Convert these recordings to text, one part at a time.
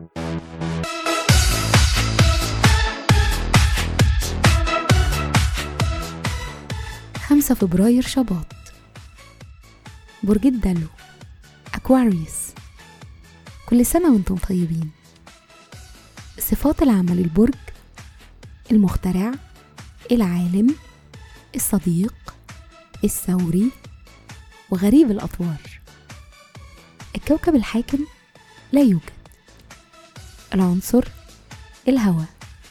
خمسة فبراير شباط، برج الدلو، أكواريوس. كل سنة وانتم طيبين. صفات العمل البرج: المخترع، العالم، الصديق، الثوري، وغريب الأطوار. الكوكب الحاكم لا يوجد. العنصر الهواء.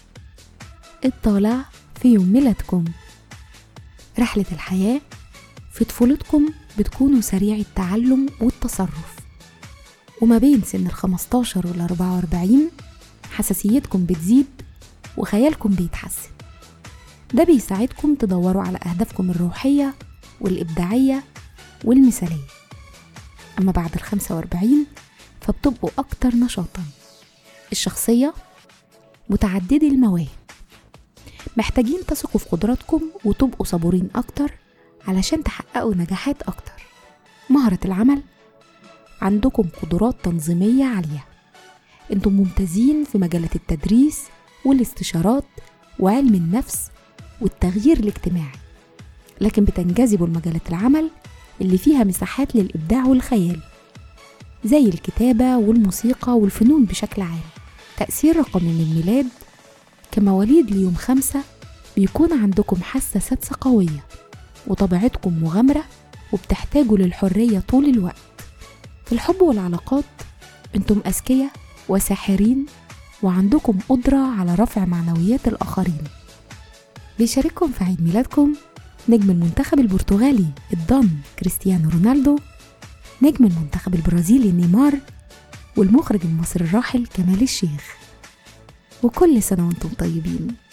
الطالع في يوم ميلادكم. رحلة الحياة: في طفولتكم بتكونوا سريع التعلم والتصرف، وما بين سن 15 وال 44 حساسيتكم بتزيد وخيالكم بيتحسن. ده بيساعدكم تدوروا على أهدافكم الروحية والإبداعية والمثالية. أما بعد 45 فبتبقوا أكتر نشاطا. الشخصية: متعددي المواهب، محتاجين تثقوا في قدراتكم وتبقوا صبورين أكتر علشان تحققوا نجاحات أكتر. مهارة العمل: عندكم قدرات تنظيمية عالية، انتم ممتازين في مجالات التدريس والاستشارات وعلم النفس والتغيير الاجتماعي، لكن بتنجذبوا لمجالات العمل اللي فيها مساحات للإبداع والخيال زي الكتابة والموسيقى والفنون بشكل عام. تأثير رقم من الميلاد: كمواليد ليوم 5 بيكون عندكم حساسات قوية وطبيعتكم مغامرة وبتحتاجوا للحرية طول الوقت. في الحب والعلاقات انتم أذكياء وساحرين وعندكم قدرة على رفع معنويات الآخرين. بيشارككم في عيد ميلادكم نجم المنتخب البرتغالي الضان كريستيانو رونالدو، نجم المنتخب البرازيلي نيمار، والمخرج المصري الراحل كمال الشيخ. وكل سنة وانتم طيبين.